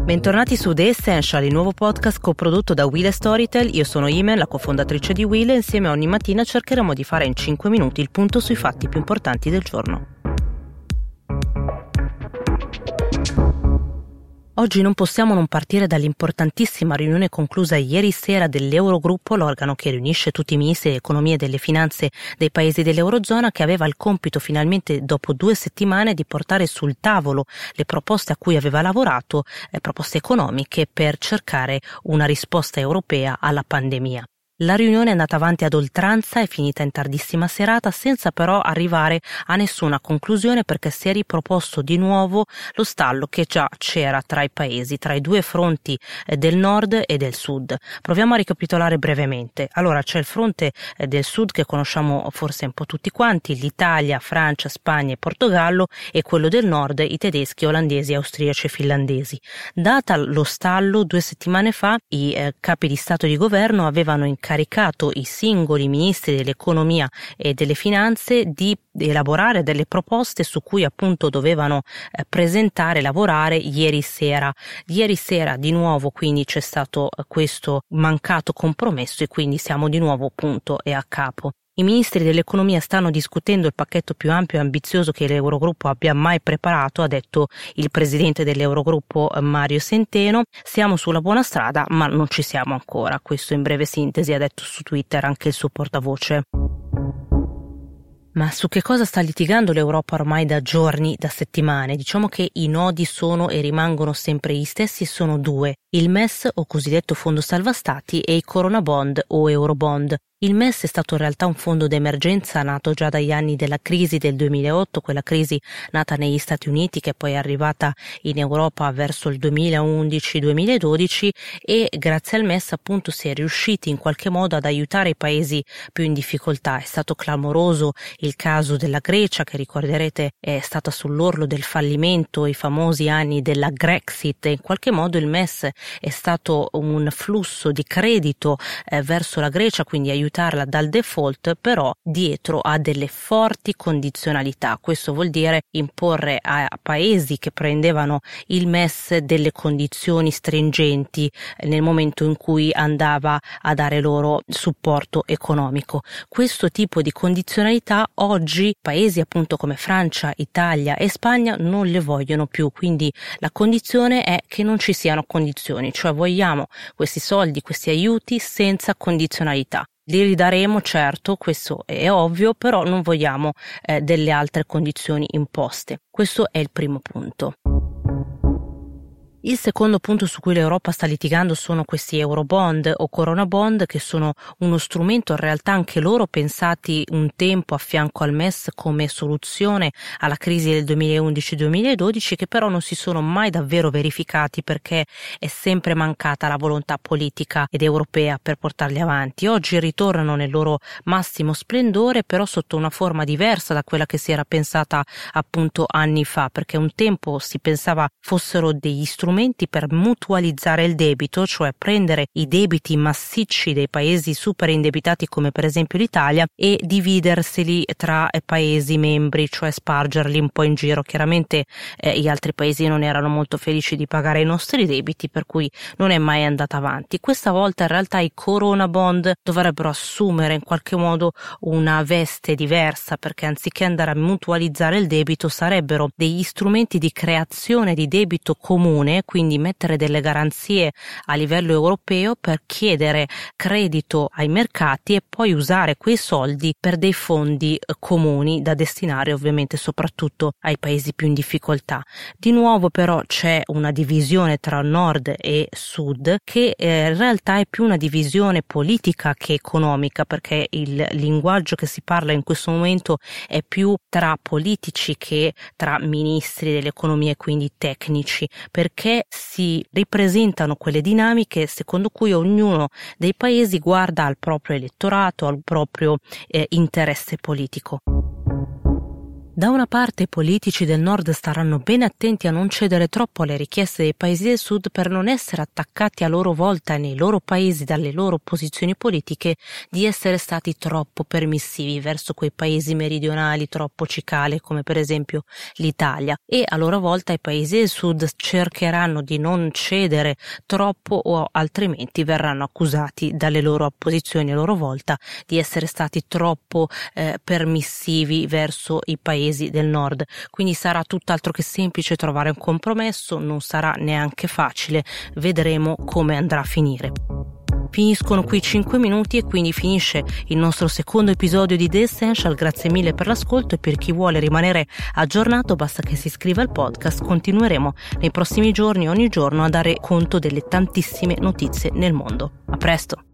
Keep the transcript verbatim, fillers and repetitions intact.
Bentornati su The Essential, il nuovo podcast coprodotto da Will e Storytel. Io sono Imen, la cofondatrice di Will, e insieme ogni mattina cercheremo di fare in cinque minuti il punto sui fatti più importanti del giorno. Oggi non possiamo non partire dall'importantissima riunione conclusa ieri sera dell'Eurogruppo, l'organo che riunisce tutti i ministri dell'economia e delle finanze dei paesi dell'Eurozona, che aveva il compito finalmente dopo due settimane di portare sul tavolo le proposte a cui aveva lavorato, eh, proposte economiche per cercare una risposta europea alla pandemia. La riunione è andata avanti ad oltranza, è finita in tardissima serata, senza però arrivare a nessuna conclusione, perché si è riproposto di nuovo lo stallo che già c'era tra i paesi, tra i due fronti del nord e del sud. Proviamo a ricapitolare brevemente. Allora, c'è il fronte del sud che conosciamo forse un po' tutti quanti, l'Italia, Francia, Spagna e Portogallo, e quello del nord, i tedeschi, olandesi, austriaci e finlandesi. Data lo stallo, due settimane fa i eh, capi di Stato e di Governo avevano in caricato i singoli ministri dell'economia e delle finanze di elaborare delle proposte su cui appunto dovevano eh, presentare, lavorare ieri sera. Ieri sera di nuovo quindi c'è stato eh, questo mancato compromesso, e quindi siamo di nuovo punto e a capo. I ministri dell'economia stanno discutendo il pacchetto più ampio e ambizioso che l'Eurogruppo abbia mai preparato, ha detto il presidente dell'Eurogruppo Mario Centeno. Siamo sulla buona strada, ma non ci siamo ancora. Questo in breve sintesi ha detto su Twitter anche il suo portavoce. Ma su che cosa sta litigando l'Europa ormai da giorni, da settimane? Diciamo che i nodi sono e rimangono sempre gli stessi, sono due: il M E S, o cosiddetto Fondo Salva Stati, e i Corona Bond o Eurobond. Il M E S è stato in realtà un fondo d'emergenza nato già dagli anni della crisi del duemilaotto, quella crisi nata negli Stati Uniti che poi è arrivata in Europa verso il duemilaundici duemiladodici, e grazie al M E S appunto si è riusciti in qualche modo ad aiutare i paesi più in difficoltà. È stato clamoroso il caso della Grecia, che ricorderete è stata sull'orlo del fallimento, i famosi anni della Grexit, e in qualche modo il M E S è stato un flusso di credito eh, verso la Grecia, quindi aiutarla dal default, però dietro a delle forti condizionalità. Questo vuol dire imporre a paesi che prendevano il M E S delle condizioni stringenti nel momento in cui andava a dare loro supporto economico. Questo tipo di condizionalità oggi paesi appunto come Francia, Italia e Spagna non le vogliono più, quindi la condizione è che non ci siano condizioni, cioè vogliamo questi soldi, questi aiuti senza condizionalità. Li ridaremo, certo, questo è ovvio, però non vogliamo eh, delle altre condizioni imposte. Questo è il primo punto. Il secondo punto su cui l'Europa sta litigando sono questi Eurobond o Corona Bond, che sono uno strumento in realtà anche loro pensati un tempo a fianco al M E S come soluzione alla crisi del duemilaundici duemiladodici, che però non si sono mai davvero verificati perché è sempre mancata la volontà politica ed europea per portarli avanti. Oggi ritornano nel loro massimo splendore, però sotto una forma diversa da quella che si era pensata appunto anni fa, perché un tempo si pensava fossero degli strumenti per mutualizzare il debito, cioè prendere i debiti massicci dei paesi super indebitati come per esempio l'Italia e dividerseli tra paesi membri, cioè spargerli un po' in giro. Chiaramente eh, gli altri paesi non erano molto felici di pagare i nostri debiti, per cui non è mai andata avanti. Questa volta in realtà i Corona Bond dovrebbero assumere in qualche modo una veste diversa, perché anziché andare a mutualizzare il debito sarebbero degli strumenti di creazione di debito comune, quindi mettere delle garanzie a livello europeo per chiedere credito ai mercati e poi usare quei soldi per dei fondi comuni da destinare ovviamente soprattutto ai paesi più in difficoltà. Di nuovo però c'è una divisione tra nord e sud che eh, in realtà è più una divisione politica che economica, perché il linguaggio che si parla in questo momento è più tra politici che tra ministri dell'economia e quindi tecnici, perché si ripresentano quelle dinamiche secondo cui ognuno dei paesi guarda al proprio elettorato, al proprio eh, interesse politico. Da una parte i politici del nord staranno bene attenti a non cedere troppo alle richieste dei paesi del sud per non essere attaccati a loro volta nei loro paesi dalle loro posizioni politiche di essere stati troppo permissivi verso quei paesi meridionali troppo cicale come per esempio l'Italia, e a loro volta i paesi del sud cercheranno di non cedere troppo o altrimenti verranno accusati dalle loro posizioni a loro volta di essere stati troppo eh, permissivi verso i paesi del nord. Quindi sarà tutt'altro che semplice trovare un compromesso, non sarà neanche facile, vedremo come andrà a finire. Finiscono qui cinque minuti e quindi finisce il nostro secondo episodio di The Essential. Grazie mille per l'ascolto e per chi vuole rimanere aggiornato basta che si iscriva al podcast. Continueremo nei prossimi giorni ogni giorno a dare conto delle tantissime notizie nel mondo. A presto!